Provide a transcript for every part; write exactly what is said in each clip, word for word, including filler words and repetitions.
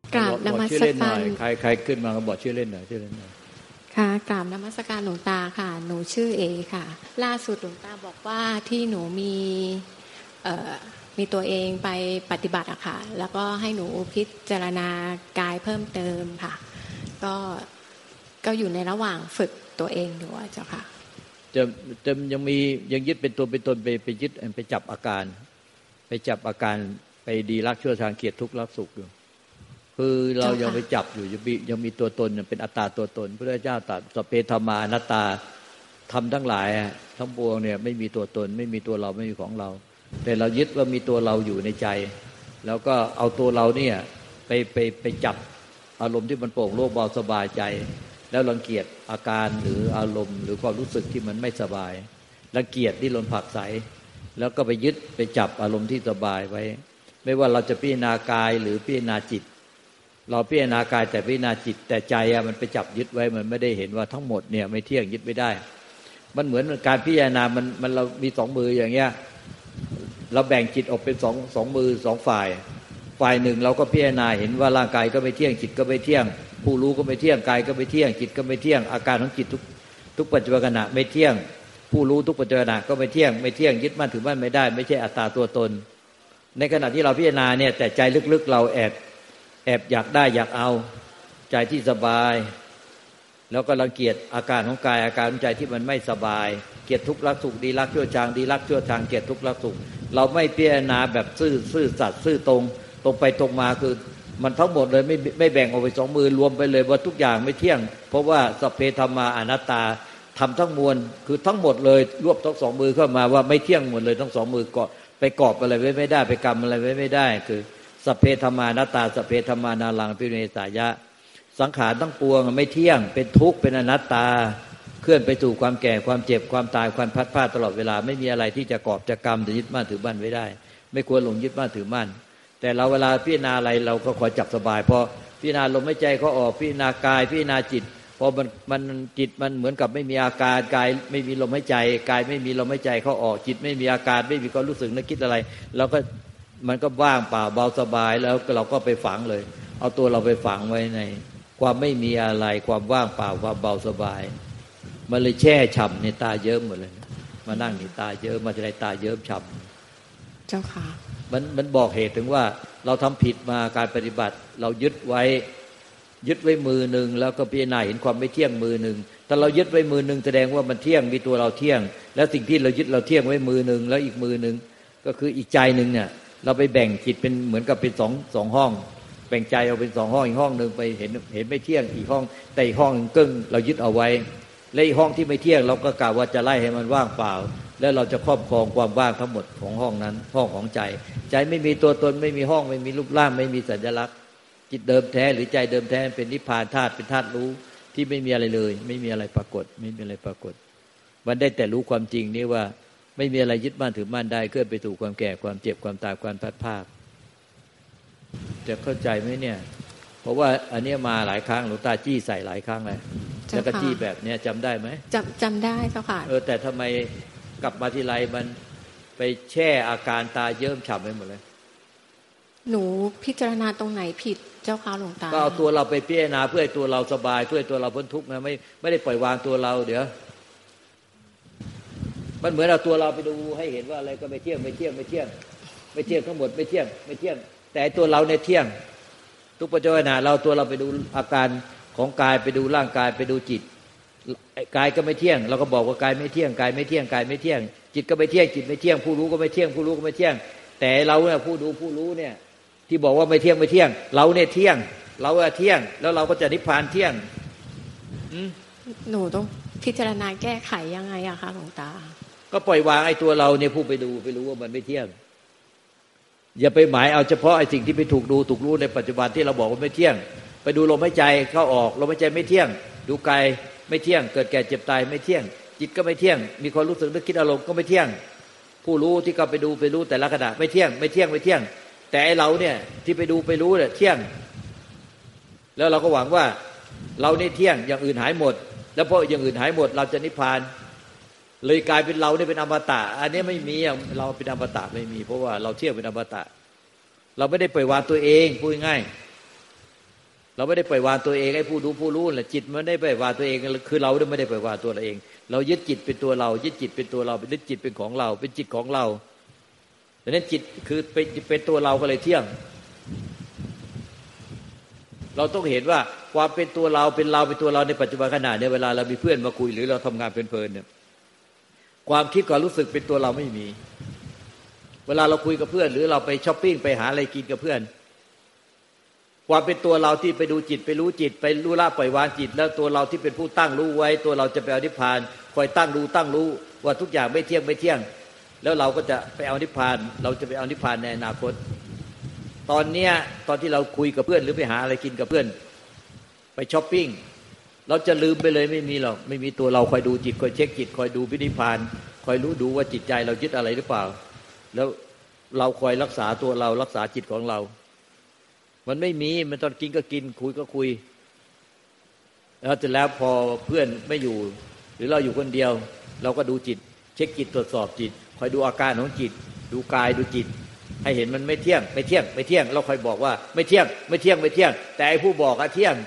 กราบนมัสการใครใครขึ้นมาก็บอกชื่อเล่นหน่อยชื่อเล่นหน่อยค่ะกราบนมัสการหลวงตาค่ะหนูชื่อเอค่ะล่าสุดหลวงตาบอกว่าที่หนูมีเอ่อมีตัวเองไปปฏิบัติอะค่ะแล้วก็ให้หนูพิจารณากายเพิ่มเติมค่ะก็ก็อยู่ในระหว่างฝึกตัวเองอยู่เจ้าค่ะจะจะยังมียังยึดเป็นตัวเป็นตนไปไปยึดไปจับอาการไปจับอาการไปดีรักชั่วทางเกียรติทุกข์รักสุขอยู่คือเรายังไปจับอยู่ยังมียังมีตัวตนเป็นอัตตาตัวตนพระพุทธเจ้าตรัสสัพเพธัมมาอนัตตาธรรมทั้งหลายทั้งปวงเนี่ยไม่มีตัวตนไม่มีตัวเราไม่มีของเราแต่เรายึดว่ามีตัวเราอยู่ในใจแล้วก็เอาตัวเราเนี่ยไปไปไปจับอารมณ์ที่มันโปร่งโล่งเบาสบายใจแล้วรังเกียจอาการหรืออารมณ์หรือความรู้สึกที่มันไม่สบายรังเกียจที่ลนผักใสแล้วก็ไปยึดไปจับอารมณ์ที่สบายไว้ไม่ว่าเราจะพิจารณากายหรือพิจารณาจิตเราพิจารณากายแต่พิจารณาจิตแต่ใจอะมันไปจับยึดไว้มันไม่ได้เห็นว่าทั้งหมดเนี่ยไม่เที่ยงยึดไม่ได้มันเหมือนการพิจารณามันมันเรามีสองมืออย่างเงี้ยเราแบ่งจิตออกเป็นสองสองมือสองฝ่ายฝ่ายหนึ่งเราก็พิจารณาเห็นว่าร่างกายก็ไม่เที่ยงจิตก็ไม่เที่ยงผู้รู้ก็ไม่เที่ยงกายก็ไม่เที่ยงจิตก็ไม่เที่ยงอาการของจิตทุกทุกปัจจุบันขณะไม่เที่ยงผู้รู้ทุกปัจจุบันขณะก็ไม่เที่ยงไม่เที่ยงยึดมั่นถือมั่นไม่ได้ไม่ใช่อัตตาตัวตนในขณะที่เราพิจารณาเนี่ยแต่ใจลึกๆเราแอบแอบอยากได้อยากเอาใจที่สบายแล้วก็รังเกียจอาการของกายอาการของใจที่มันไม่สบายเกลียดทุกข์รักสุขดีรักชั่วชังดีรักชั่วชังเกลียดทุกข์รักสุขเราไม่พิจารณาแบบซื่อซื่อสัตย์ซื่อตรงตรงไปตรงมาคือมันทั้งหมดเลยไม่ไม่แบ่งออกไปสองมือรวมไปเลยว่าทุกอย่างไม่เที่ยงเพราะว่าสัพเพธัมมาอนัตตาทำทั้งมวลคือทั้งหมดเลยรวบทั้งสองมือเข้ามาว่าไม่เที่ยงหมดเลยทั้งสองมือเกาะไปกอบอะไรไว้ไม่ได้ไปกรรมอะไรไว้ไม่ได้คือสัพเพธัมมาอนัตตาสัพเพธัมมานารังปิเนสายะสังขารทั้งปวงไม่เที่ยงเป็นทุกข์เป็นอนัตตาเคลื่อนไปสู่ความแก่ความเจ็บความตายความพัดพลาดตลอดเวลาไม่มีอะไรที่จะกอบจะกรรมจะยึดมั่นถือมั่นไว้ได้ไม่ควรหลงยึดมั่นถือมั่นแต่เราเวลาพิจารณาอะไรเราก็ขอจับสบายพอพิจารณาลมหายใจเขาออกพิจารณากายพิจารณาจิตพอมันมันจิตมันเหมือนกับไม่มีอาการกายไม่มีลมหายใจกายไม่มีลมหายใจเขาออกจิตไม่มีอาการไม่มีความรู้สึกนึกคิดอะไรเราก็มันก็ว่างเปล่าเบาสบายแล้วเราก็ไปฝังเลยเอาตัวเราไปฝังไว้ในความไม่มีอะไรความว่างเปล่าความเบาสบายมันเลยแช่ฉ่ำในตาเยิ้มหมดเลยมานั่งในตาเยิ้มมาจะได้ตาเยิ้มฉ่ำเจ้าค่ะมันมันบอกเหตุถึงว่าเราทำผิดมาการปฏิบัติเรายึดไว้ยึดไว้มือหนึ่งแล้วก็พิจารณาเห็นความไม่เที่ยงมือหนึ่งถ้าเรายึดไว้มือหนึ่งแสดงว่ามันเที่ยงมีตัวเราเที่ยงแล้วสิ่งที่เรายึดเราเที่ยงไว้มือหนึ่งแล้วอีกมือหนึ่งก็คืออีกใจหนึ่งเนี่ยเราไปแบ่งจิตเป็นเหมือนกับเป็นสองสองห้องแบ่งใจเอาเป็นสองห้องอีกห้องหนึ่งไปเห็นเห็นไม่เที่ยงอีกห้องแต่อีกห้องนึงกึ่งเรายึดเอาไว้และอีกห้องที่ไม่เที่ยงเราก็กล่าวว่าจะไล่ให้มันว่างเปล่าแล้วเราจะครอบครองความว่างทั้งหมดของห้องนั้นห้องของใจใจไม่มีตัวตนไม่มีห้องไม่มีรูปร่างไม่มีสัญลักษณ์จิตเดิมแท้หรือใจเดิมแท้เป็นนิพพานธาตุเป็นธาตุรู้ที่ไม่มีอะไรเลยไม่มีอะไรปรากฏไม่มีอะไรปรากฏมันได้แต่รู้ความจริงนี้ว่าไม่มีอะไรยึดมั่นถือมั่นได้เคลื่อนไปสู่ความแก่ความเจ็บความตายความพัดพรากจะเข้าใจไหมเนี่ยเพราะว่าอันนี้มาหลายครั้งหลวงตาจี้ใส่หลายครั้งเลยแล้วก็จี้แบบนี้จำได้ไหมจำจำได้เจ้าค่ะเออแต่ทำไมกลับมาทีไรมันไปแช่อาการตาเยิ้มฉ่ำไปหมดเลยหนูพิจารณาตรงไหนผิดเจ้าค่ะหลวงตาก็เอาตัวเราไปพิจารณาเพื่อให้ตัวเราสบายเพื่อให้ตัวเราพ้นทุกข์นะไม่ไม่ได้ปล่อยวางตัวเราเดี๋ยวมันเหมือนเอาตัวเราไปดูให้เห็นว่าอะไรก็ไม่เที่ยงไม่เที่ยงไม่เที่ยงไม่เที่ยงทั้งหมดไม่เที่ยงไม่เที่ยงแต่ตัวเราเนี่ยเที่ยงทุกปัจจุบันเราตัวเราไปดูอาการของกายไปดูร่างกายไปดูจิตกายก็ไม่เที่ยงเราก็บอกว่ากายไม่เที่ยงกายไม่เที่ยงกายไม่เที่ยงจิตก็ไม่เที่ยงจิตไม่เที่ยงผู้รู้ก็ไม่เที่ยงผู้รู้ก็ไม่เที่ยงแต่เราเนี่ยผู้ดูผู้รู้เนี่ยที่บอกว่าไม่เที่ยงไม่เที่ยงเราเนี่ยเที่ยงเราอะเที่ยงแล้วเราก็จะนิพพานเที่ยงหนูต้องพิจารณาแก้ไขยังไงอะคะหลวงตาก็ปล่อยวางไอ้ตัวเราเนี่ยผู้ไปดูไปรู้ว่ามันไม่เที่ยงอย่าไปหมายเอาเฉพาะไอ้สิ่งที่ไปถูกดูถูกรู้ในปัจจุบันที่เราบอกว่าไม่เที่ยงไปดูลมหายใจเข้าออกลมหายใจไม่เที่ยงดูกายไม่เที่ยงเกิดแก่เจ็บตายไม่เที่ยงจิตก็ไม่เที่ยงมีความรู้สึกนึกคิดอารมณ์ก็ไม่เที่ยงผู้รู้ที่ก็ไปดูไปรู้แต่ละขณะไม่เที่ยงไม่เที่ยงไม่เที่ยงแต่ไอ้เราเนี่ยที่ไปดูไปรู้เนี่ยเที่ยงแล้วเราก็หวังว่าเรานี่เที่ยงอย่างอื่นหายหมดแล้วพออย่างอื่นหายหมดเราจะนิพพานเลยกลายเป็นเราเนี่ยเป็นอมตะอันนี้ไม่มีเราเป็นอมตะไม่มีเพราะว่าเราเที่ยงเป็นอมตะเราไม่ได้ปล่อยวางตัวเองพูดง่ายเราไม่ได้ปล่อยวางตัวเองให้ผู้รู้ผู้รู้แหละจิตมันไม่ได้ปล่อยวางตัวเองคือเราไม่ได้ปล่อยวางตัวเราเองเรายึดจิตเป็นตัวเรายึดจิตเป็นตัวเราเป็นยึดจิตเป็นของเราเป็นจิตของเราดังนั้นจิตคือเป็นเป็นตัวเราก็เลยเที่ยงเราต้องเห็นว่าความเป็นตัวเราเป็นเราเป็นตัวเราในปัจจุบันขณะเนี่ยเวลาเรามีเพื่อนมาคุยหรือเราทำงานเพลินๆเนี่ยความคิดความรู้สึกเป็นตัวเราไม่มีเวลาเราคุยกับเพื่อนหรือเราไปช้อปปิ้งไปหาอะไรกินกับเพื่อนความเป็นตัวเราที่ไปดูจิตไปรู้จิตไปรู้ละปล่อยวางจิตแล้วตัวเราที่เป็นผู้ตั้งรู้ไว้ตัวเราจะไปเอานิพพานคอยตั้งรู้ตั้งรู้ว่าทุกอย่างไม่เที่ยงไม่เที่ยงแล้วเราก็จะไปเอานิพพานเราจะไปเอานิพพานในอนาคตตอนเนี้ยตอนที่เราคุยกับเพื่อนหรือไปหาอะไรกินกับเพื่อนไปช้อปปิ้งเราจะลืมไปเลยไม่มีหรอกไม่มีตัวเราคอยดูจิตคอยเช็คจิตคอยดูวินิพพานคอยรู้ดูว่าจิตใจเรายึดอะไรหรือเปล่าแล้วเราคอยรักษาตัวเรารักษาจิตของเรามันไม่มีมันตอนกินก็กินคุยก็คุยแล้วเสร็จแล้วพอเพื่อนไม่อยู่หรือเราอยู่คนเดียวเราก็ดูจิตเช็คจิตตรวจสอบจิตคอยดูอาการของจิตดูกายดูจิตให้เห็นมันไม่เที่ยงไม่เที่ยงไม่เที่ยงเราคอยบอกว่าไม่เที่ยงไม่เที่ยงไม่เที่ยงแต่ไอ้ผู้บอกอะเที่ยง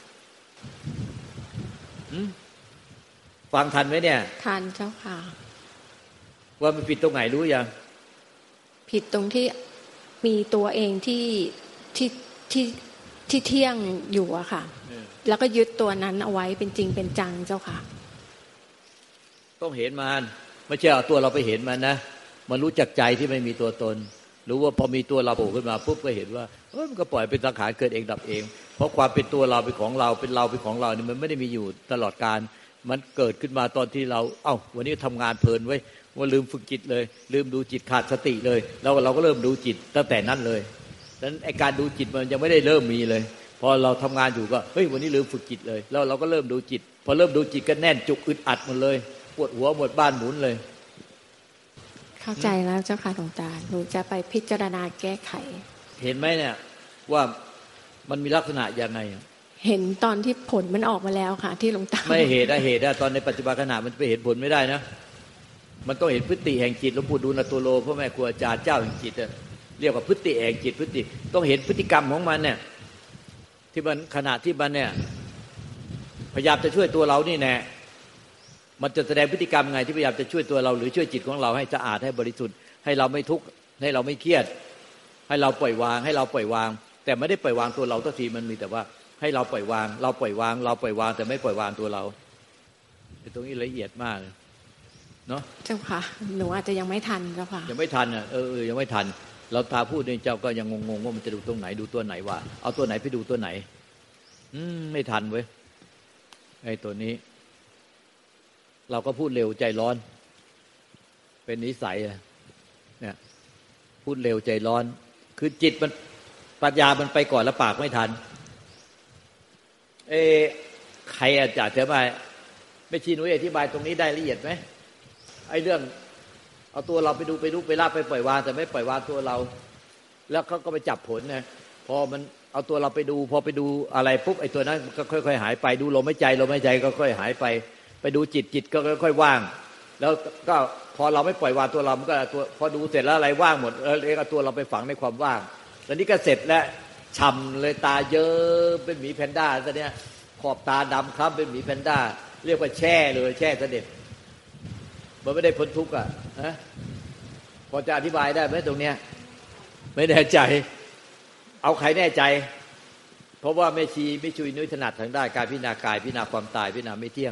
ฟังทันไหมเนี่ยทันเจ้าค่ะว่ามันผิดตรงไหนรู้ยังผิดตรงที่มีตัวเองที่ที่ที่ที่เที่ยงอยู่อะค่ะแล้วก็ยึดตัวนั้นเอาไว้เป็นจริงเป็นจังเจ้าค่ะต้องเห็นมันไม่ใช่เอาตัวเราไปเห็นมันนะมันรู้จักใจที่ไม่มีตัวตนรู้ว่าพอมีตัวเราโผล่ขึ้นมาปุ๊บก็เห็นว่าเออมันก็ปล่อยเป็นสังขารเกิดเองดับเองเพราะความเป็นตัวเราเป็นของเราเป็นเราเป็นของเรานี่มันไม่ได้มีอยู่ตลอดกาลมันเกิดขึ้นมาตอนที่เราเอ้าวันนี้ทำงานเพลินไว้ว่าลืมฝึกจิตเลยลืมดูจิตขาดสติเลยแล้วเราก็เริ่มดูจิตตั้งแต่นั้นเลยดังนั้นไอ้การดูจิตมันยังไม่ได้เริ่มมีเลยพอเราทำงานอยู่ก็เฮ้ยวันนี้ลืมฝึกจิตเลยแล้วเราก็เริ่มดูจิตพอเริ่มดูจิตก็แน่นจุกอึดอัดหมดเลยปวดหัวหมดบ้านหมุนเลยเข้าใจแล้วเจ้าค่ะหลวงตาหนูจะไปพิจารณาแก้ไขเห็นไหมเนี่ยว่ามันมีลักษณะยังไงเห็นตอนที่ผลมันออกมาแล้วค่ะที่หลวงตาไม่เหตุอะเหตุอะตอนในปัจจุบันขณะมันไปเห็นผลไม่ได้นะมันต้องเห็นพฤติแห่งจิตหลวงปู่ดูลตัวโลพ่อแม่ครูอาจารย์เจ้าแห่งจิตเรียกว่าพฤติแห่งจิตพฤติต้องเห็นพฤติกรรมของมันเนี่ยที่มันขณะที่มันเนี่ยพยายามจะช่วยตัวเรานี่แน่มันจะแสดงพฤติกรรมไงที่พยายามจะช่วยตัวเราหรือช่วยจิตของเราให้สะอาดให้บริสุทธิ์ให้เราไม่ทุกข์ให้เราไม่เครียดให้เราปล่อยวางให้เราปล่อยวางแต่ไม่ได้ปล่อยวางตัวเราทุกทีมันมีแต่ว่าให้เราปล่อยวางเราปล่อยวางเราปล่อยวางแต่ไม่ปล่อยวางตัวเราตรงนี้ละเอียดมากเนาะเจ้าค่ะหนูอาจจะยังไม่ทันเจ้าค่ะยังไม่ทันอ่ะเออเออยังไม่ทันเราตาพูดในเจ้าก็ยังงงๆว่ามันจะดูตรงไหนดูตัวไหนวะเอาตัวไหนไปดูตัวไหนอืมไม่ทันเว้ยไอ้ตัวนี้เราก็พูดเร็วใจร้อนเป็นนิสัยเนี่ยพูดเร็วใจร้อนคือจิตมันปัญญามันไปก่อนแล้วปากไม่ทันเอ๊ะใครอาจารย์จะมาไม่ชี้หนูอธิบายตรงนี้ได้ละเอียดไหมไอ้เรื่องเอาตัวเราไปดูไปรู้ไปลาไปปล่อยวางแต่ไม่ปล่อยวางตัวเราแล้วเขาก็ไปจับผลนะพอมันเอาตัวเราไปดูพอไปดูอะไรปุ๊บไอ้ตัวนั้นก็ค่อยๆหายไปดูลมหายใจลมหายใจก็ค่อยหายไปไปดูจิตจิตก็ค่อยๆว่างแล้วก็พอเราไม่ปล่อยวางตัวเรามันก็ตัวพอดูเสร็จแล้วอะไรว่างหมดเออเอาตัวเราไปฝังในความว่างตอนนี้ก็เสร็จแล้วฉ่ำเลยตาเยอะเป็นหมีแพนด้าตอนเนี้ยขอบตาดำคล้ำเป็นหมีแพนด้าเรียกว่าแช่เลยแช่เสด็จมันไม่ได้พ้นทุกข์อ่ะฮะพอจะอธิบายได้ไหมตรงเนี้ยไม่แน่ใจเอาใครแน่ใจเพราะว่าแม่ชีไม่ชุยนุ้ยถนัดทางด้านการพิจารณากายพิจารณาความตายพิจารณาไม่เที่ยง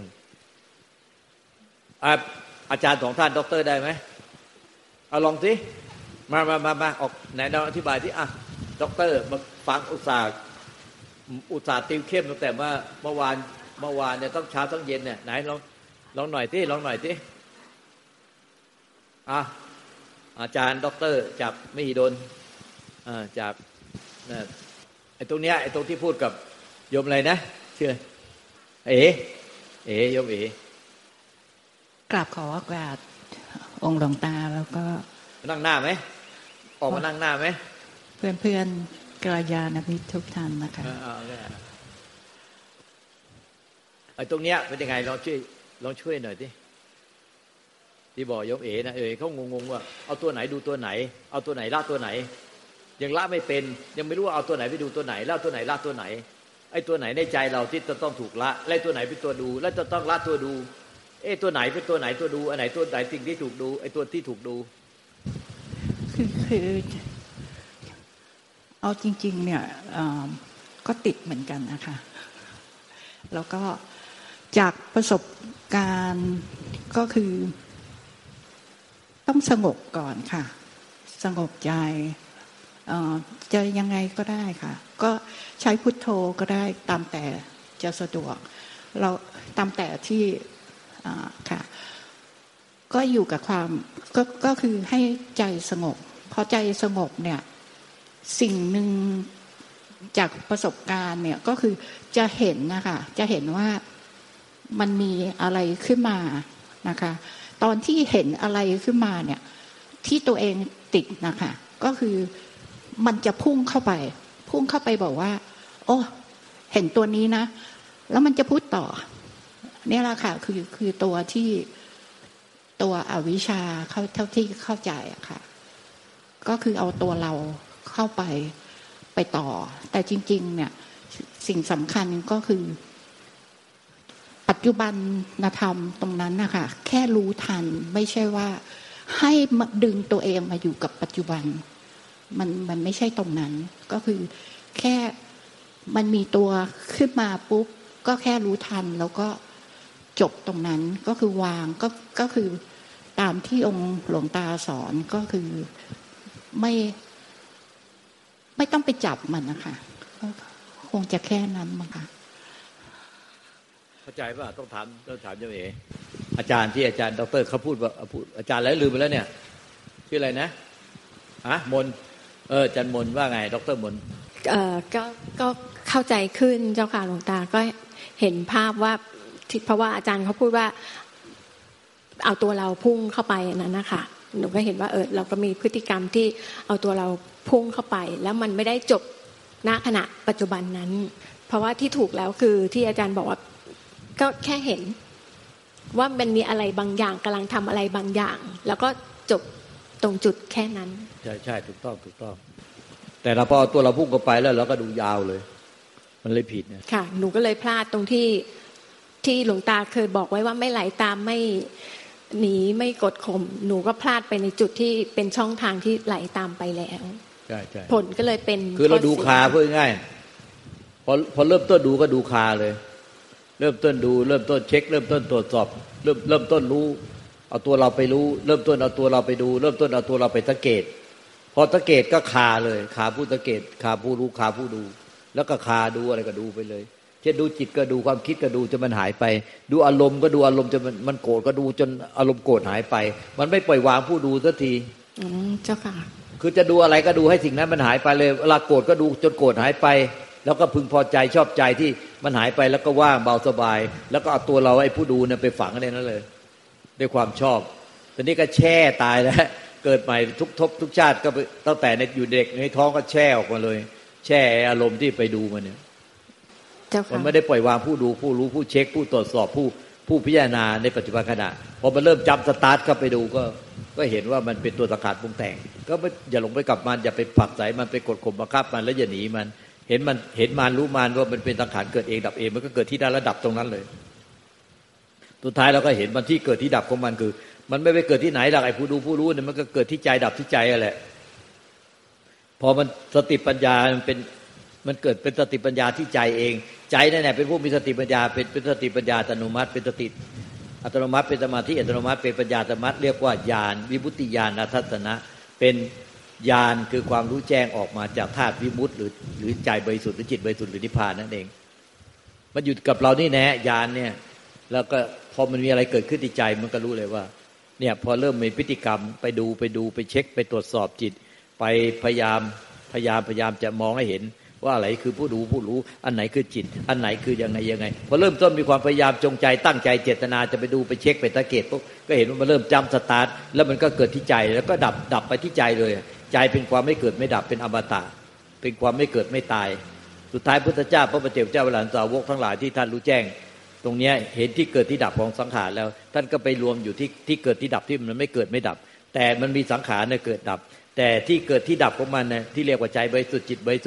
อาอาจารย์ของท่านด็อกเตอร์ได้ไหมเอาลองสิมามามามาออกไหนเราอธิบายที่อ่ะด็อกเตอร์มาฟังอุตส่าห์อุตส่าห์ติวเข้มตั้งแต่เมื่อเมื่อวานเมื่อวานเนี่ยต้องเช้าต้องเย็นเนี่ยไหนลองลองหน่อยที่ลองหน่อยที่อ่ะอาจารย์ด็อกเตอร์จากมหิดลอ่าจากนะไอ้ตรงเนี้ยไอ้ตรงที่พูดกับโยมอะไรนะชื่อเอ๋เอ๋โยมเอ๋กราบขอโอกาสองค์หลวงตาแล้วก็นั่งหน้าไหมออกมานั่งหน้าไหมเพื่อนเพื่อนกัลยาณมิตรทุกท่านนะคะไอ้ตรงเนี้ยเป็นยังไงลองช่วยลองช่วยหน่อยดิที่บอกโยมเอ๋นะเอ๋เขางงๆว่าเอาตัวไหนดูตัวไหนเอาตัวไหนละตัวไหนยังละไม่เป็นยังไม่รู้ว่าเอาตัวไหนไปดูตัวไหนละตัวไหนละตัวไหนไอ้ตัวไหนในใจเราที่จะต้องถูกละและตัวไหนเป็นตัวดูและจะต้องละตัวดูเอ้ตัวไหนเป็นตัวไหนตัวดูอันไหนตัวไหนสิ่งที่ถูกดูไอ้ตัวที่ถูกดูคือคือเอาจริงๆเนี่ยก็ติดเหมือนกันนะคะแล้วก็จากประสบการณ์ก็คือต้องสงบก่อนค่ะสงบใจจะยังไงก็ได้ค่ะก็ใช้พุทโธก็ได้ตามแต่จะสะดวกเราตามแต่ที่ค่ะก็อยู่กับความก็ก็คือให้ใจสงบพอใจสงบเนี่ยสิ่งหนึ่งจากประสบการณ์เนี่ยก็คือจะเห็นนะคะจะเห็นว่ามันมีอะไรขึ้นมานะคะตอนที่เห็นอะไรขึ้นมาเนี่ยที่ตัวเองติดนะคะก็คือมันจะพุ่งเข้าไปพุ่งเข้าไปบอกว่าโอ้เห็นตัวนี้นะแล้วมันจะพูดต่อเนี่ยแหละค่ะคือคือตัวที่ตัวอวิชชาเขาเท่าที่เข้าใจอะค่ะก็คือเอาตัวเราเข้าไปไปต่อแต่จริงๆเนี่ยสิ่งสำคัญก็คือปัจจุบันธรรมตรงนั้นนะคะแค่รู้ทันไม่ใช่ว่าให้ดึงตัวเองมาอยู่กับปัจจุบันมันมันไม่ใช่ตรงนั้นก็คือแค่มันมีตัวขึ้นมาปุ๊บก็แค่รู้ทันแล้วก็จบตรงนั้นก็คือวางก็ก็คือตามที่องค์หลวงตาสอนก็คือไม่ไม่ต้องไปจับมันนะคะคงจะแค่นั้นมั้งคะเข้าใจป่ะต้องถามต้องถามเจ้าเอ๋อาจารย์ที่อาจารย์ดร.เขาพูดว่าพูดอาจารย์แล้วลืมไปแล้วเนี่ยชื่ออะไรนะฮะมนเอออาจารย์มนว่าไงดร.มนเอ่อก็ก็เข้าใจขึ้นเจ้าค่ะหลวงตาก็เห็นภาพว่าเพราะว่าอาจารย์เขาพูดว่าเอาตัวเราพุ่งเข้าไปนั้นนะคะหนูก็เห็นว่าเออเราก็มีพฤติกรรมที่เอาตัวเราพุ่งเข้าไปแล้วมันไม่ได้จบณขณะปัจจุบันนั้นเพราะว่าที่ถูกแล้วคือที่อาจารย์บอกว่าก็แค่เห็นว่ามันมีอะไรบางอย่างกำลังทำอะไรบางอย่างแล้วก็จบตรงจุดแค่นั้นใช่ใช่ถูกต้องถูกต้องแต่เราพอตัวเราพุ่งเข้าไปแล้วเราก็ดูยาวเลยมันเลยผิดเนี่ยค่ะหนูก็เลยพลาดตรงที่ที่หลวงตาเคยบอกไว้ว่าไม่ไหลตามไม่หนีไม่กดข่มหนูก็พลาดไปในจุดที่เป็นช่องทางที่ไหลตามไปแล้วใช่ใช่ผลก็เลยเป็นคือเราดูคาเพื่อง่ายพอพอเริ่มต้นดูก็ดูคาเลยเริ่มต้นดูเริ่มต้นเช็คเริ่มต้นตรวจสอบเริ่มเริ่มต้นรู้เอาตัวเราไปรู้เริ่มต้นเอาตัวเราไปดูเริ่มต้นเอาตัวเราไปสังเกตพอสังเกตก็คาเลยคาผู้สังเกตคาผู้รู้คาผู้ดูแล้วก็คาดูอะไรก็ดูไปเลยเช่นดูจิตก็ดูความคิดก็ดูจนมันหายไปดูอารมณ์ก็ดูอารมณ์จนมันมันโกรธก็ดูจนอารมณ์โกรธหายไปมันไม่ปล่อยวางผู้ดูสักทีอืมเจ้าค่ะคือจะดูอะไรก็ดูให้สิ่งนั้นมันหายไปเลยเวลาโกรธก็ดูจนโกรธหายไปแล้วก็พึงพอใจชอบใจที่มันหายไปแล้วก็ว่างเบาสบายแล้วก็เอาตัวเราไอ้ผู้ดูเนี่ยไปฝังในนั้นเลยด้วยความชอบตอนนี้ก็แช่ตายแล้วเกิดใหม่ทุกทบทุกชาติก็ตั้งแต่ในอยู่เด็กในท้องก็แช่ออกมาเลยแช่อารมณ์ที่ไปดูมันเนี่ยมันไม่ได้ปล่อยวางผู้ดูผู้รู้ผู้เช็คผู้ตรวจสอบผู้ผู้พิจารณาในปัจจุบันขณะพอมันเริ่มจำสตาร์ทเข้าไปดูก็ก็เห็นว่ามันเป็นตัวสังขารปรุงแต่งก็อย่าหลงไปกับมันอย่าไปผลักไสมันไปกดข่มบังคับมันแล้วอย่าหนีมันเห็นมันเห็นมันรู้มันว่ามันเป็นสังขารเกิดเองดับเองมันก็เกิดที่ได้ระดับตรงนั้นเลยสุดท้ายเราก็เห็นมันที่เกิดที่ดับของมันคือมันไม่ไปเกิดที่ไหนหรอกไอ้ผู้ดูผู้รู้เนี่ยมันก็เกิดที่ใจดับที่ใจนั่นแหละพอมันสติปัญญามันเป็นมันเกิดเป็นสติปัญญาที่ใจเองใจนั่นแหละเป็นผู้มีสติปัญญาเป็นเป็นสติปัญญาอัตโนมัติเป็นสติอัตโนมัติเป็นสมาธิอัตโนมัติเป็นปัญญาอัตโนมัติเรียกว่าญาณวิมุตติญาณทัศนะเป็นญาณคือความรู้แจ้งออกมาจากธาตุวิมุตติหรือหรือใจบริสุทธิ์หรือจิตบริสุทธิ์หรือนิพพานนั่นเองมันอยู่กับเรานี่แน่ญาณเนี่ยแล้วก็พอมันมีอะไรเกิดขึ้นที่ใจมันก็รู้เลยว่าเนี่ยพอเริ่มมีพฤติกรรมไปดูไปดูไปเช็คไปตรวจสอบจิตไปพยายามพยายามพยายามจะมองให้เห็นว่าอะไรคือผู้ดูผู้รู้อันไหนคือจิตอันไหนคือยังไงยังไงพอเริ่มต้นมีความพยายามจงใจตั้งใจเจตนาจะไปดูไปเช็คไปสังเกตปุ๊บก็เห็นว่ามันเริ่มจำสตาร์ทแล้วมันก็เกิดที่ใจแล้วก็ดับดับไปที่ใจเลยใจเป็นความไม่เกิดไม่ดับเป็นอมตะเป็นความไม่เกิดไม่ตายสุดท้ายพุทธเจ้าพระปฏิเจกเจ้าพระหลานสาวกทั้งหลายที่ท่านรู้แจ้งตรงนี้เห็นที่เกิดที่ดับของสังขารแล้วท่านก็ไปรวมอยู่ที่ที่เกิดที่ดับที่มันไม่เกิดไม่ดับแต่มันมีสังขารเนี่ยเกิดดับแต่ที่เกิดที่ดับของมันเนี่ยที่เรียกว่าใจบริสุทธิ์จิตบริสุทธิ์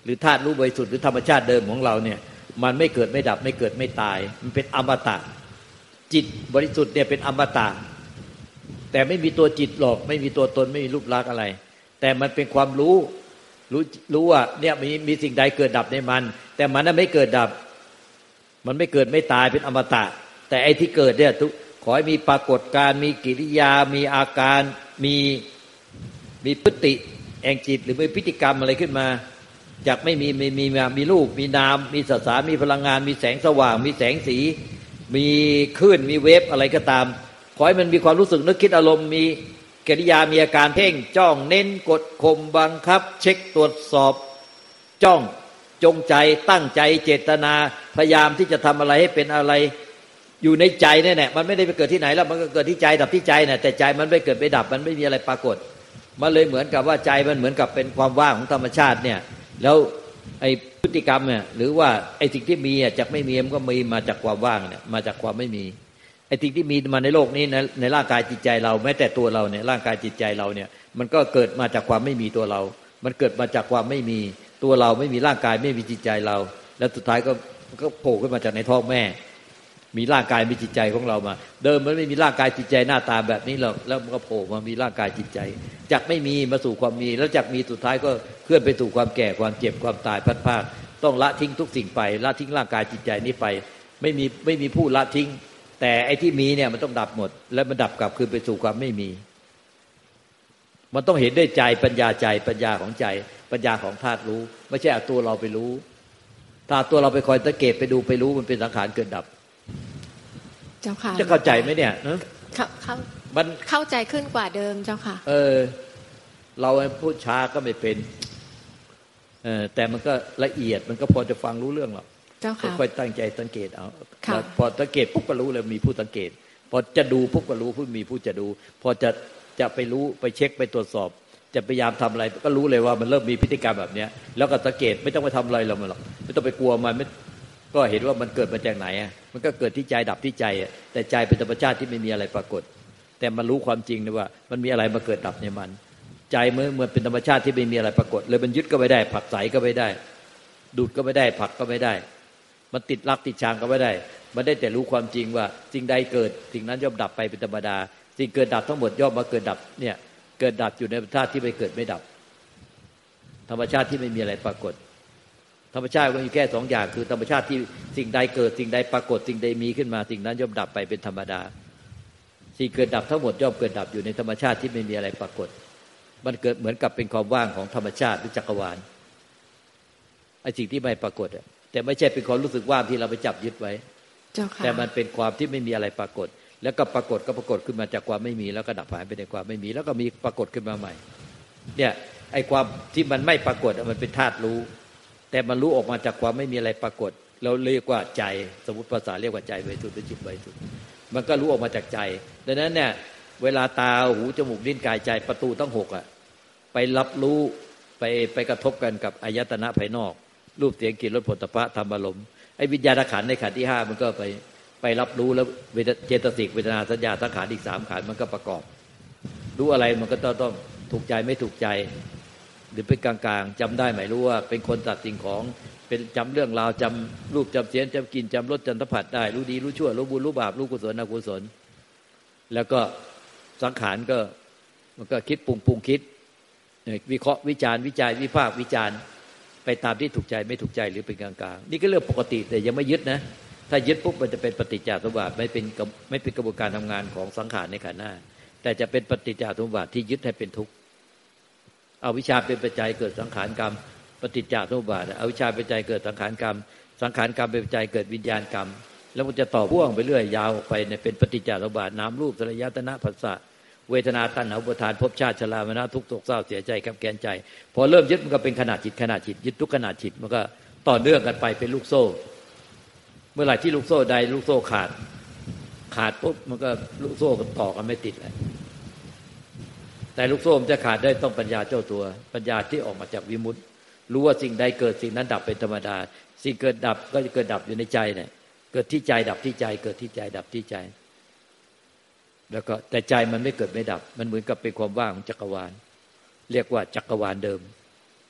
หรือธาตุรู้บริสุทธิ์หรือธรรมชาติเดิมของเราเนี่ยมันไม่เกิดไม่ดับไม่เกิดไม่ตายมันเป็นอมตะจิตบริสุทธิ์เนี่ยเป็นอมตะแต่ไม่มีตัวจิตหรอกไม่มีตัวตนไม่มีรูปลักษณ์อะไรแต่มันเป็นความรู้รู้รู้ว่าเนี่ยมีมีสิ่งใดเกิดดับในมันแต่มันน่ะไม่เกิดดับมันไม่เกิดไม่ตายเป็นอมตะแต่ไอ้ที่เกิดเนี่ยขอให้มีปรากฏการมีกิริยามีอาการมีมีพฤติแห่งจิตหรือมีพฤติกรรมอะไรขึ้นมาจากไม่มีมีมีมีรูปมีนามมีสสารมีพลังงานมีแสงสว่างมีแสงสีมีคลื่นมีเวฟอะไรก็ตามขอให้มันมีความรู้สึกนึกคิดอารมณ์มีกิริยามีอาการเพ่งจ้องเน้นกดข่มบังคับเช็คตรวจสอบจ้องจงใจตั้งใจเจตนาพยายามที่จะทำอะไรให้เป็นอะไรอยู่ในใจนี่แหละมันไม่ได้ไปเกิดที่ไหนแล้วมันก็เกิดที่ใจดับที่ใจน่ะแต่ใจมันไม่เกิดไม่ดับมันไม่มีอะไรปรากฏมันเลยเหมือนกับว่าใจมันเหมือนกับเป็นความว่างของธรรมชาติเนี่ยแล้วไอ้พฤติกรรมเนี่ยหรือว่าไอ้สิ่งที่มีอ่ะจากไม่มีมันก็มีมาจากความว่างเนี่ยมาจากความไม่มีไอ้สิ่งที่มีมาในโลกนี้ในในร่างกายจิตใจเราแม้แต่ตัวเราเนี่ยร่างกายจิตใจเราเนี่ยมันก็เกิดมาจากความไม่มีตัวเรามันเกิดมาจากความไม่มีตัวเราไม่มีร่างกายไม่มีจิตใจเราแล้วสุดท้ายก็ก็โผล่ขึ้นมาจากในท้องแม่มีร่างกายมีจิตใจของเรามาเดิมมันไม่มีร่างกายจิตใจหน้าตาแบบนี้หรอกแล้วมันก็โผล่มามีร่างกายจิตใจจากไม่มีมาสู่ความมีแล้วจากมีสุดท้ายก็เคลื่อนไปสู่ความแก่ความเจ็บความตายพัดพรากต้องละทิ้งทุกสิ่งไปละทิ้งร่างกายจิตใจนี้ไปไม่มีไม่มีผู้ละทิ้งแต่ไอ้ที่มีเนี่ยมันต้องดับหมดแล้วมันดับกลับคืนไปสู่ความไม่มีมันต้องเห็นด้วยใจปัญญาใจปัญญาของใจปัญญาของธาตุรู้ไม่ใช่เอาตัวเราไปรู้ถ้าตัวเราไปคอยสังเกตไปดูไปรู้มันเป็นสังขารเกิดดับเจ้าค่ะจะเข้าใจไหมเนี่ยเข้าเข้ามันเข้าใจขึ้นกว่าเดิมเจ้าค่ะเออเราพูดช้าก็ไม่เป็นเออแต่มันก็ละเอียดมันก็พอจะฟังรู้เรื่องหรอกเจ้าค่ะค่อยตั้งใจสังเกตเอาพอสังเกตปุ๊บก็รู้เลยมีผู้สังเกตพอจะดูปุ๊บก็รู้ผู้มีผู้จะดูพอจะจะไปรู้ไปเช็คไปตรวจสอบจะพยายามทำอะไรก็รู้เลยว่ามันเริ่มมีพฤติกรรมแบบนี้แล้วก็สังเกตไม่ต้องไปทำอะไรเราหรอกไม่ต้องไปกลัวมันไม่ก็เห็นว่ามันเกิดมาจากไหนอ่ะมันก็เกิดที่ใจดับที่ใจอ่ะแต่ใจเป็นธรรมชาติที่ไม่มีอะไรปรากฏแต่มันรู้ความจริงนะว่ามันมีอะไรมาเกิดดับในมันใจเมื่อมันเป็นธรรมชาติที่ไม่มีอะไรปรากฏเลยมันยึดก็ไม่ได้ผลักไสก็ไม่ได้ดูดก็ไม่ได้ผลักก็ไม่ได้มันติดรักติดชังก็ไม่ได้มันได้แต่รู้ความจริงว่าสิ่งใดเกิดสิ่งนั้นย่อมดับไปเป็นธรรมดาสิ่งเกิดดับทั้งหมดย่อมมาเกิดดับเนี่ยเกิดดับอยู่ในธรรมชาติที่ไม่เกิดไม่ดับธรรมชาติที่ไม่มีอะไรปรากฏธรรมชาติมันมีแค่สองอย่างคือธรรมชาติที่สิ่งใดเกิดสิ่งใดปรากฏสิ่งใดมีขึ้นมาสิ่งนั้นย่อมดับไปเป็นธรรมดาสิ่งเกิดดับทั้งหมดย่อมเกิดดับอยู่ในธรรมชาติที่ไม่มีอะไรปรากฏมันเกิดเหมือนกับเป็นความว่างของธรรมชาติหรือจักรวาลไอ้สิ่งที่ไม่ปรากฏแต่ไม่ใช่เป็นความรู้สึกว่างที่เราไปจับยึดไว้แต่มันเป็นความที่ไม่มีอะไรปรากฏแล้วก็ปรากฏก็ปรากฏขึ้นมาจากความไม่มีแล้วก็ดับหายไปในความไม่มีแล้วก็มีปรากฏขึ้นมาใหม่เนี่ยไอ้ความที่มันไม่ปรากฏมันเป็นธาตุรู้แต่มันรู้ออกมาจากความไม่มีอะไรปรากฏเราเรียกว่าใจสมมติภาษาเรียกว่าใจบริสุทธิ์หรือจิตบริสุทธิ์มันก็รู้ออกมาจากใจดังนั้นเนี่ยเวลาตาหูจมูกลิ้นกายใจประตูทั้งหกอ่ะไปรับรู้ไปไปกระทบกันกับอายตนะภายนอกรูปเสียงกลิ่นรสผลิตภัณฑ์ธรรมอารมณ์ไอ้วิญญาณขันธ์ในขันธ์ที่ห้ามันก็ไปไปรับรู้แล้วเจตสิกเวทนาสัญญาสังขารอีกสามขันธ์มันก็ประกอบรู้อะไรมันก็ต้องต้องถูกใจไม่ถูกใจหรือเป็นกลางๆจำได้ไหมรู้ว่าเป็นคนตัดสิ่งของเป็นจำเรื่องราวจำรูปจำเสียงจำกลิ่นจำรสจำสัมผัสได้รู้ดีรู้ชั่วรู้บุญรู้บาปรู้กุศลอกุศลแล้วก็สังขารก็มันก็คิดปรุงปรุงคิดวิเคราะห์วิจารณ์วิจัยวิพากษ์วิจารณ์ไปตามที่ถูกใจไม่ถูกใจหรือเป็นกลางๆนี่ก็เรื่องปกติแต่ยังไม่ยึดนะถ้ายึดปุ๊บมันจะเป็นปฏิจจสมุปบาทไม่เป็นไม่เป็นกระบวนการทำงานของสังขารในขันธ์หน้าแต่จะเป็นปฏิจจสมุปบาทที่ยึดให้เป็นทุกข์อวิชชาเป็นปัจจัยเกิดสังขารกรรมปฏิจจสมุปบาทอวิชชาเป็นปัจจัยเกิดสังขารกรรมสังขารกรรมเป็นปัจจัยเกิดวิญญาณกรรมแล้วมันจะต่อพ่วงไปเรื่อยยาวออกไปเนี่ยเป็นปฏิจจสมุปบาทนามรูปสัญญาตนะผัสสะเวทนาตัณหาอุปาทานภพชาติชรามรณะทุกข์โศกเศร้าเสียใจกับแกนใจพอเริ่มยึดมันก็เป็นขนาดจิตขนาดจิตยึดทุกขนาดจิตมันก็ต่อเนื่องกันไปเป็นลูกโซ่เมื่อไหร่ที่ลูกโซ่ใดลูกโซ่ขาดขาดปุ๊บมันก็ลูกโซ่ก็ต่อกันไม่ติดเลยแต่ลูกโซ่มันจะขาดได้ต้องปัญญาเจ้าตัวปัญญาที่ออกมาจากวิมุตติรู้ว่าสิ่งใดเกิดสิ่งนั้นดับเป็นธรรมดาสิ่งเกิดดับก็จะเกิดดับอยู่ในใจเนี่ยเกิดที่ใจดับที่ใจเกิดที่ใจดับที่ใจแล้วก็แต่ใจมันไม่เกิดไม่ดับมันเหมือนกับเป็นความว่างของจักรวาลเรียกว่าจักรวาลเดิม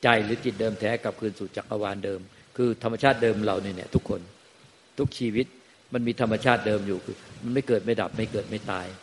ใจหรือจิตเดิมแท้กลับคืนสู่จักรวาลเดิมคือธรรมชาติเดิมเราเนี่ยทุกคนทุกชีวิตมันมีธรรมชาติเดิมอยู่คือมันไม่เกิดไม่ดับไม่เกิดไม่ตาย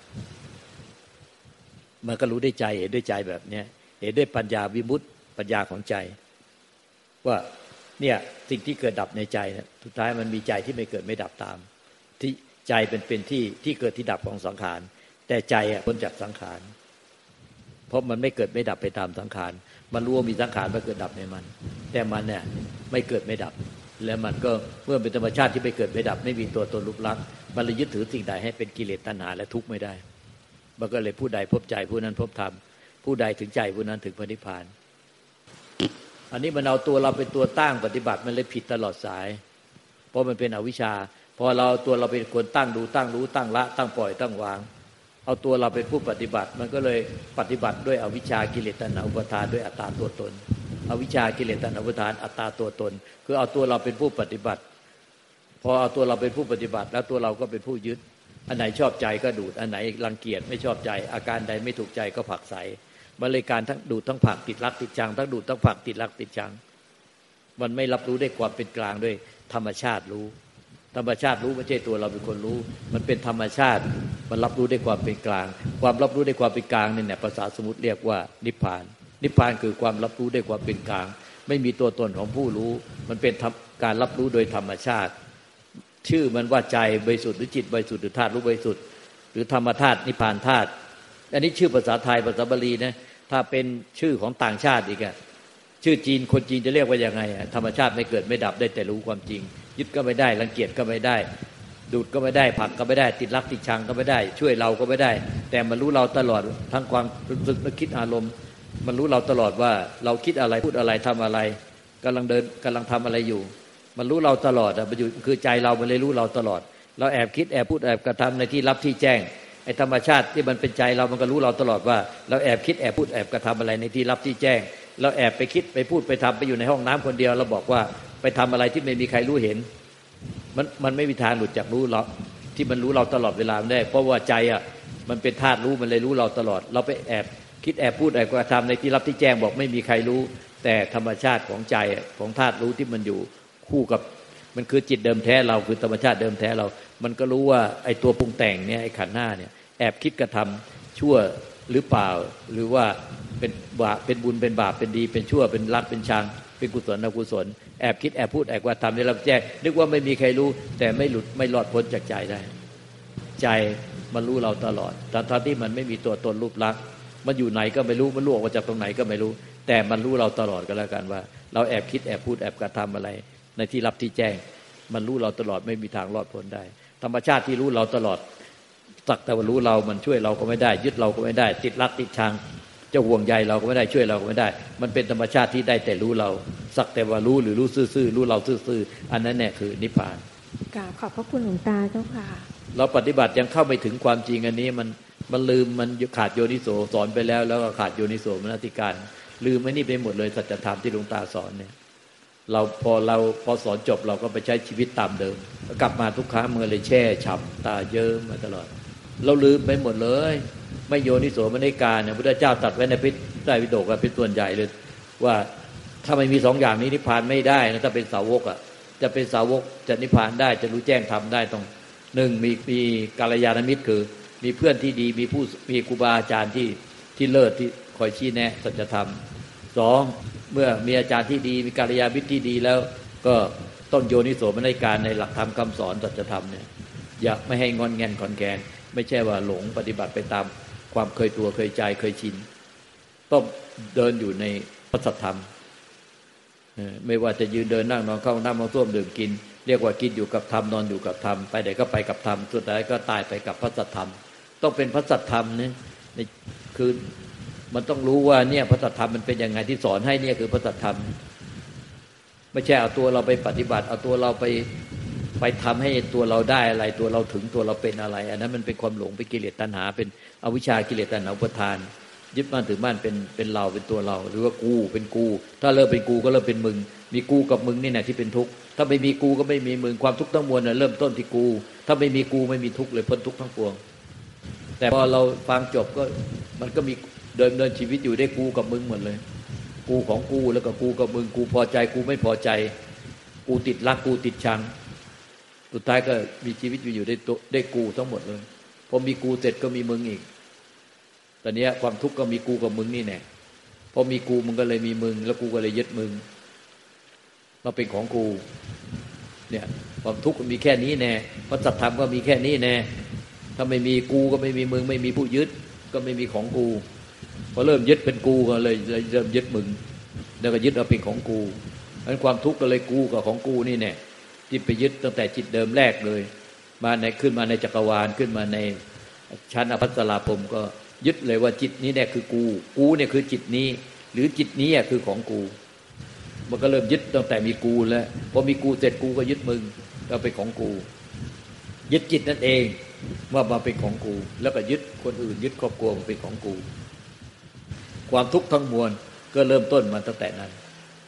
มันก็รู้ได้ใจเห็นด้วยใจแบบเนี้ยเห็นด้วยปัญญาวิมุตติปัญญาของใจว่าเนี่ยสิ่งที่เกิดดับในใจนะสุดท้ายมันมีใจที่ไม่เกิดไม่ดับตามที่ใจเป็นเป็นที่ที่เกิดที่ดับของสังขารแต่ใจอ่ะพ้นจากสังขารเพราะมันไม่เกิดไม่ดับไปตามสังขารมันรู้ว่ามีสังขารมาเกิดดับในมันแต่มันเนี่ยไม่เกิดไม่ดับแล้วมันก็เมื่อเป็นธรรมชาติที่ไม่เกิดไม่ดับไม่มีตัวตนรูปลักษณ์มันเลยยึดถือสิ่งใดให้เป็นกิเลสตัณหาและทุกข์ไม่ได้มันก็เลยผู้ใดพบใจผู้นั้นพบธรรมผู้ใดถึงใจผู้นั้นถึงพระนิพพานอันนี้มันเอาตัวเราเป็นตัวตั้งปฏิบัติมันเลยผิดตลอดสายเพราะมันเป็นอวิชชาพอเราตัวเราเป็นคนตั้งดูตั้งรู้ตั้งละตั้งปล่อยตั้งวางเอาตัวเราเป็นผู้ปฏิบัติมันก็เลยปฏิบัติด้วยอวิชชากิเลสตัณหาอุปาทานด้วยอัตตาตัวตนอวิชชากิเลสตัณหาอุปาทานอัตตาตัวตนคือเอาตัวเราเป็นผู้ปฏิบัติพอเอาตัวเราเป็นผู้ปฏิบัติแล้วตัวเราก็เป็นผู้ยึดอันไหนชอบใจก็ดูดอันไหนรังเกียจไม่ชอบใจอาการใดไม่ถูกใจก็ผลักไสมันเลยการทั้งดูดทั้งผลักติดรักติดชังทั้งดูดทั้งผลักติดรักติดชังมันไม่รับรู้ได้ความเป็นกลางด้วยธรรมชาติรู้ธรรมชาติรู้ไม่ใช่ตัวเราเป็นคนรู้มันเป็นธรรมชาติมันรับรู้ได้ความเป็นกลางความรับรู้ได้ความเป็นกลางนี่แหละภาษาสมมุติเรียกว่านิพพานนิพพานคือความรับรู้ได้ความเป็นกลางไม่มีตัวตนของผู้รู้มันเป็นการรับรู้โดยธรรมชาติชื่อมันว่าใจบริสุทธิ์หรือจิตบริสุทธิ์หรือธาตุรู้บริสุทธิ์หรือธรรมธาตุนิพพานธาตุอันนี้ชื่อภาษาไทยภาษาบาลีนะถ้าเป็นชื่อของต่างชาติอีกอะชื่อจีนคนจีนจะเรียกว่ายังไงธรรมชาติไม่เกิดไม่ดับได้แต่รู้ความจริงยึดก็ไม่ได้รังเกียจก็ไม่ได้ดูดก็ไม่ได้ผลักก็ไม่ได้ติดรักติดชังก็ไม่ได้ช่วยเราก็ไม่ได้แต่มันรู้เราตลอดทั้งความรู้สึกนึกคิดอารมณ์มันรู้เราตลอดว่าเราคิดอะไรพูดอะไรทำอะไรกำลังเดินกำลังทำอะไรอยู่มันรู้เราตลอดอ่ะมันอยู่คือใจเรามันเลยรู้เราตลอดเราแอบคิดแอบพูดแอบกระทำในที่ลับที่แจ้งไอ้ธรรมชาติที่มันเป็นใจเรามันก็รู้เราตลอดว่าเราแอบคิดแอบพูดแอบกระทำอะไรในที่ลับที่แจ้งเราแอบไปคิดไปพูดไปทำไปอยู่ในห้องน้ำคนเดียวเราบอกว่าไปทำอะไรที่ไม่มีใครรู้เห็นมันมันไม่มีทางหลุดจากรู้เราที่มันรู้เราตลอดเวลาได้เพราะว่าใจอ่ะมันเป็นธาตุรู้มันเลยรู้เราตลอดเราไปแอบคิดแอบพูดแอบกระทำในที่ลับที่แจ้งบอกไม่มีใครรู้แต่ธรรมชาติของใจของธาตุรู้ที่มันอยู่คู่กับมันคือจิตเดิมแท้เราคือธรรมชาติเดิมแท้เรามันก็รู้ว่าไอ้ตัวปรุงแต่งเนี่ยไอ้ขันธ์ห้าเนี่ยแอบคิดกระทำชั่วหรือเปล่าหรือว่าเป็นบาปเป็นบุญเป็นบาปเป็นดีเป็นชั่วเป็นรักเป็นชังเป็นกุศลอกุศลแอบคิดแอบพูดแอบกระทำในลับแจ้งนึกว่าไม่มีใครรู้แต่ไม่หลุดไม่รอดพ้นจากใจได้ใจมันรู้เราตลอดทั้งที่มันไม่มีตัวตนรูปลักษณ์มันอยู่ไหนก็ไม่รู้มันล่วงมาจากตรงไหนก็ไม่รู้แต่มันรู้เราตลอดก็แล้วกันว่าเราแอบคิดแอบพูดแอบกระทำอะไรในที่ลับที่แจ้งมันรู้เราตลอดไม่มีทางรอดพ้นได้ธรรมชาติที่รู้เราตลอดสักแต่ว่ารู้เรามันช่วยเราก็ไม่ได้ยึดเราก็ไม่ได้ติดรักติดชังจะห่วงใยเราก็ไม่ได้ช่วยเราก็ไม่ได้มันเป็นธรรมชาติที่ได้แต่รู้เราสักแต่ว่ารู้หรือรู้ซื่อๆรู้เราซื่อๆอันนั้นแน่คือนิพพานกราบขอบพระคุณหลวงตาเจ้าค่ะเราปฏิบัติยังเข้าไม่ถึงความจริงอันนี้มันมันลืมมันขาดโยนิโสสอนไปแล้วแล้วก็ขาดโยนิโสมนสิการลืมไอ้นี่ไปหมดเลยสัจธรรมที่หลวงตาสอนเนี่ยเราพอเราพอสอนจบเราก็ไปใช้ชีวิตตามเดิมกลับมาทุกครั้งเมื่อเลยแช่ฉ่ำตาเยิ้มมาตลอดเราลืมไปหมดเลยไม่โยนิโสมนสิการเนี่ยพระพุทธเจ้าตรัสไว้ในพระไตรปิฎกเป็นส่วนใหญ่เลยว่าถ้าไม่มีสองอย่างนี้นิพพานไม่ได้นะถ้าเป็นสาวกอ่ะจะเป็นสาวกจะนิพพานได้จะรู้แจ้งธรรมได้ต้องหนึ่งมีมีกัลยาณมิตรคือมีเพื่อนที่ดีมีผู้มีครูบาอาจารย์ที่ที่เลิศที่คอยชี้แนะสัจธรรมสองเมื่อมีอาจารย์ที่ดีมีกัลยาณมิตรที่ดีแล้วก็ต้องโยนิโสมนสิการในหลักธรรมคำสอนสัจธรรมเนี่ยอย่าไม่ให้งอนแงนขอนแกนไม่ใช่ว่าหลงปฏิบัติไปตามความเคยตัวเคยใจเคยชินต้องเดินอยู่ในพระสัทธรรมไม่ว่าจะยืนเดินนั่งนอนเข้านั่งมาส้วมดื่มกินเรียกว่ากินอยู่กับธรรมนอนอยู่กับธรรมไปไหนก็ไปกับธรรมสุดท้ายก็ตายไปกับพระสัทธรรมต้องเป็นพระสัทธรรมนี่คือมันต้องรู้ว่าเนี่ยพระสัทธรรมมันเป็นยังไงที่สอนให้เนี่ยคือพระสัทธรรมไม่ใช่เอาตัวเราไปปฏิบัติเอาตัวเราไปไปทำให้ตัวเราได้อะไรตัวเราถึงตัวเราเป็นอะไรอันนั้นมันเป็นความหลงเป็นกิเลสตัณหาเป็นอวิชชากิเลสตัณหาอุปาทานยึดมั่นถือมั่นเป็นเป็นเราเป็นตัวเราหรือว่ากูเป็นกูถ้าเริ่มเป็นกูก็เริ่มเป็นมึงมีกูกับมึงนี่แหละที่เป็นทุกข์ถ้าไม่มีกูก็ไม่มีมึงความทุกข์ทั้งมวลน่ะเริ่มต้นที่กูถ้าไม่มีกูไม่มีทุกข์เลยพ้นทุกข์ทั้งปวงแต่พอเราฟังจบก็มันก็มีเดินเดินชีวิตอยู่ได้กูกับมึงหมดเลยกูของกูแล้วก็กูกับมึงกูพอใจกูไม่พอใจกูติดรักกูติดชังสุดท้ายก็มีชีวิตอยู่อยู่ได้ได้กูทั้งหมดเลยพอมีกูเสร็จก็มีมึงอีกตอนนี้ความทุกข์ก็มีกูกับมึงนี่แน่พอมีกูมึงก็เลยมีมึงแล้วกูก็เลยยึดมึงมาเป็นของกูเนี่ยความทุกข์ก็มีแค่นี้แน่พระสัทธรรมก็มีแค่นี้แน่ถ้าไม่มีกูก็ไม่มีมึงไม่มีผู้ยึดก็ไม่มีของกูพอเริ่มยึดเป็นกูก็เลยเริ่มยึดมึงแล้วก็ยึดเอาเป็นของกูงั้นความทุกข์ก็เลยกูกับของกูนี่แน่ที่ไปยึดตั้งแต่จิตเดิมแรกเลยมาในขึ้นมาในจักรวาลขึ้นมาในชั้นอภัสราพรหมก็ยึดเลยว่าจิตนี้เนี่ยคือกูกูเนี่ยคือจิตนี้หรือจิตนี้คือของกูมันก็เริ่มยึดตั้งแต่มีกูแล้วพอมีกูเสร็จกูก็ยึดมึงก็เป็นของกูยึดจิตนั่นเองว่ามาเป็นของกูแล้วก็ยึดคนอื่นยึดครอบครัวมาเป็นของกูความทุกข์ทั้งมวลก็เริ่มต้นมาตั้งแต่นั้น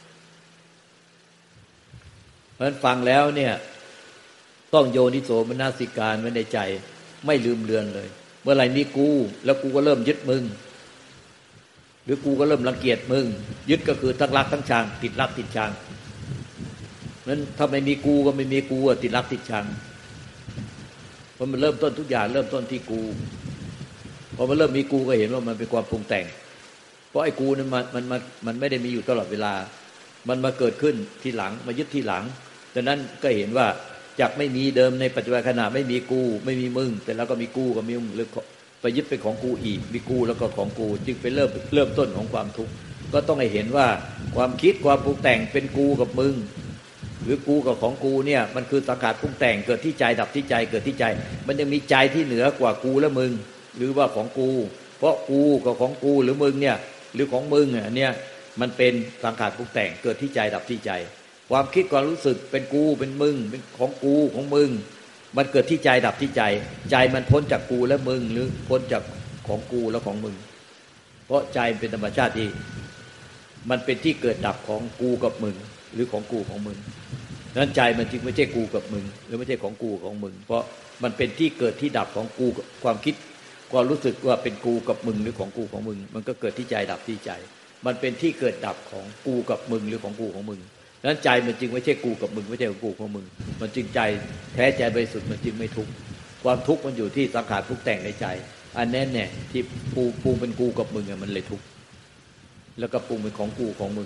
เพราะฉะนั้นฟังแล้วเนี่ยต้องโยนิโสมนสิการไว้ในใจไม่ลืมเลือนเลยเมื่อไหร่มีกูแล้วกูก็เริ่มยึดมึงหรือกูก็เริ่มรังเกียจมึงยึดก็คือทั้งรักทั้งชังติดรักติดชังนั้นถ้าไม่มีกูก็ไม่มีกูติดรักติดชังเพราะมันเริ่มต้นทุกอย่างเริ่มต้นที่กูพอมันเริ่มมีกูก็เห็นว่ามันเป็นความปรุงแต่งเพราะไอ้กูนั้นมันมันมันไม่ได้มีอยู่ตลอดเวลามันมาเกิดขึ้นทีหลังมายึดทีหลังดังนั้นก็เห็นว่าจากไม่มีเดิมในปัจจุบันขณะไม่มีกูไม่มีมึงแต่แล้วก็มีกูกับมีมึงหรือไปยึดเป็นของกูอีกมีกูแล้วก็ของกูจึงเป็นเริ่มเริ่มต้นของความทุกข์ก็ต้องให้เห็นว่าความคิดความปรุงแต่งเป็นกูกับมึงหรือกูกับของกูเนี่ยมันคือสังขารปรุงแต่งเกิดที่ใจดับที่ใจเกิดที่ใจมันยังมีใจที่เหนือกว่ากูและมึงหรือว่าของกูเพราะกูกับของกูหรือมึงเนี่ยหรือของมึงอันเนี้ยมันเป็นสังขารปรุงแต่งเกิดที่ใจดับที่ใจความคิดความรู้สึกเป็นกูเป็นมึงเป็นของกูของมึงมันเกิดที่ใจดับที่ใจใจมันพ้นจากกูและมึงหรือพ้นจากของกูและของมึงเพราะใจเป็นธรรมชาติที่มันเป็นที่เกิดดับของกูกับมึงหรือของกูของมึงนั้นใจมันจึงไม่ใช่กูกับมึงหรือไม่ใช่ของกูของมึงเพราะมันเป็นที่เกิดที่ดับของกูความคิดความรู้สึกว่าเป็นกูกับมึงหรือของกูของมึงมันก็เกิดที่ใจดับที่ใจมันเป็นที่เกิดดับของกูกับมึงหรือของกูของมึงนั้นใจมันจึงไม่ใช่กูกับมึงไม่ใช่ของกูของมึงมันจึงใจแท้ใจบริสุทธิ์มันจึงไม่ทุกข์ความทุกข์มันอยู่ที่สังขารปรุงแต่งในใจอันนั้นเนี่ยที่ปูปูเป็นกูกับมึงมันเลยทุกข์แล้วก็ปรุงเป็นของกูของมึง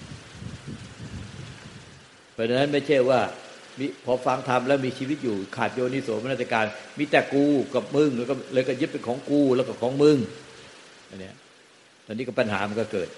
เพราะฉะนั้นไม่ใช่ว่าพอฟังธรรมแล้วมีชีวิตอยู่ขาดโยนิโสมนสิการมีแต่กูกับมึงแล้วก็เลยก็ยึดเป็นของกูแล้วก็ของมึงอันนี้ตอนนี้ก็ปัญหามันก็เกิด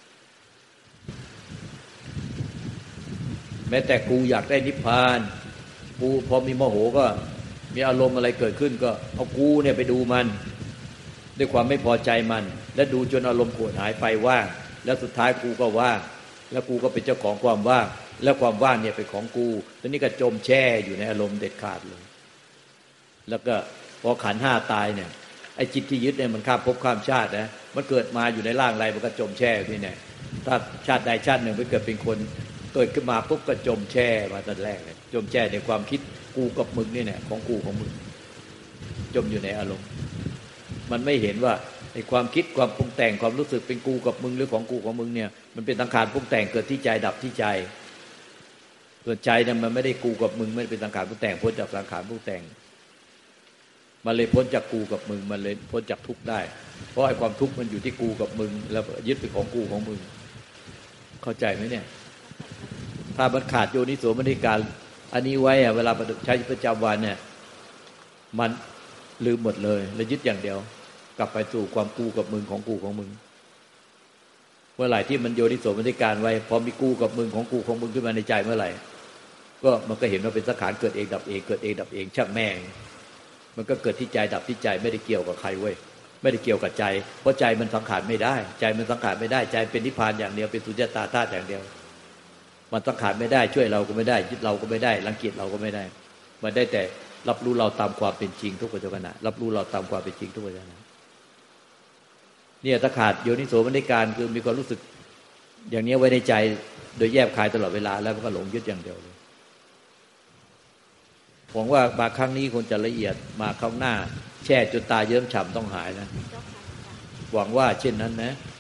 แม้แต่กูอยากได้นิพพานกูพอมีโมโหก็มีอารมณ์อะไรเกิดขึ้นก็เอากูเนี่ยไปดูมันด้วยความไม่พอใจมันและดูจนอารมณ์โกรธหายไปว่างแล้วสุดท้ายกูก็ว่างแล้วกูก็เป็นเจ้าของความว่างแล้วความว่างเนี่ยเป็นของกูตอนนี้ก็จมแช่อยู่ในอารมณ์เด็ดขาดเลยแล้วก็พอขันธ์ห้าตายเนี่ยไอ้จิตที่ยึดเนี่ยมันข้ามภพข้ามชาตินะมันเกิดมาอยู่ในร่างอะไรมันก็จมแช่อยู่นี่แน่ถ้าชาติใดชาติหนึ่งไปเกิดเป็นคนเกิดขึ้นมาปุ๊บก็จมแช่มาตั้งแต่แรกเลยจมแช่ในความคิดกูกับมึงนี่แหละของกูของมึงจมอยู่ในอารมณ์มันไม่เห็นว่าไอ้ความคิดความปรุงแต่งความรู้สึกเป็นกูกับมึงหรือของกูของมึงเนี่ยมันเป็นสังขารปรุงแต่งเกิดที่ใจดับที่ใจส่วนใจเนี่ยมันไม่ได้กูกับมึงไม่ได้เป็นสังขารปรุงแต่งพ้นจากสังขารปรุงแต่งมันเลยพ้นจากกูกับมึงมันเลยพ้นจากทุกข์ได้เพราะไอ้ความทุกข์มันอยู่ที่กูกับมึงแล้วยึดเป็นของกูของมึงเข้าใจไหมเนี่ยถ้ามันขาดโยนิโสมนสิการอันนี้ไว้อะเวลาใช้ประจำวันเนี่ยมันลืมหมดเลยแล้วยึดอย่างเดียวกลับไปสู่ความกูกับมึงของกูของมึงเมื่อไหร่ที่มันโยนิโสมนสิการไว้พอมีกูกับมึงของกูของมึงขึ้นมาในใจเมื่อไหร่ก็มันก็เห็นว่าเป็นสังขารเกิดเองดับเองเกิดเองดับเองช่างแม่งมันก็เกิดที่ใจดับที่ใจไม่ได้เกี่ยวกับใครเว้ยไม่ได้เกี่ยวกับใจเพราะใจมันสังขารไม่ได้ใจมันสังขารไม่ได้ใจเป็นนิพพานอย่างเดียวเป็นสุญญตาธาตุอย่างเดียวมันสังขารไม่ได้ช่วยเราก็ไม่ได้ยึดเราก็ไม่ได้รังเกียจเราก็ไม่ได้มันได้แต่รับรู้เราตามความเป็นจริงทุกปัจจุบันรับรู้เราตามความเป็นจริงทุกปัจจุบันเนี่ยถ้าขาดโยนิโสมนสิการคือมีความรู้สึกอย่างนี้ไว้ในใจโดยแยบคายตลอดเวลาแล้วมันก็หลงยึดอย่างเดียวเลยหวังว่าบางครั้งนี้คงจะละเอียดมาครั้งหน้าแช่จนตาเยิ้มฉ่ำต้องหายนะหวังว่าเช่นนั้นนะ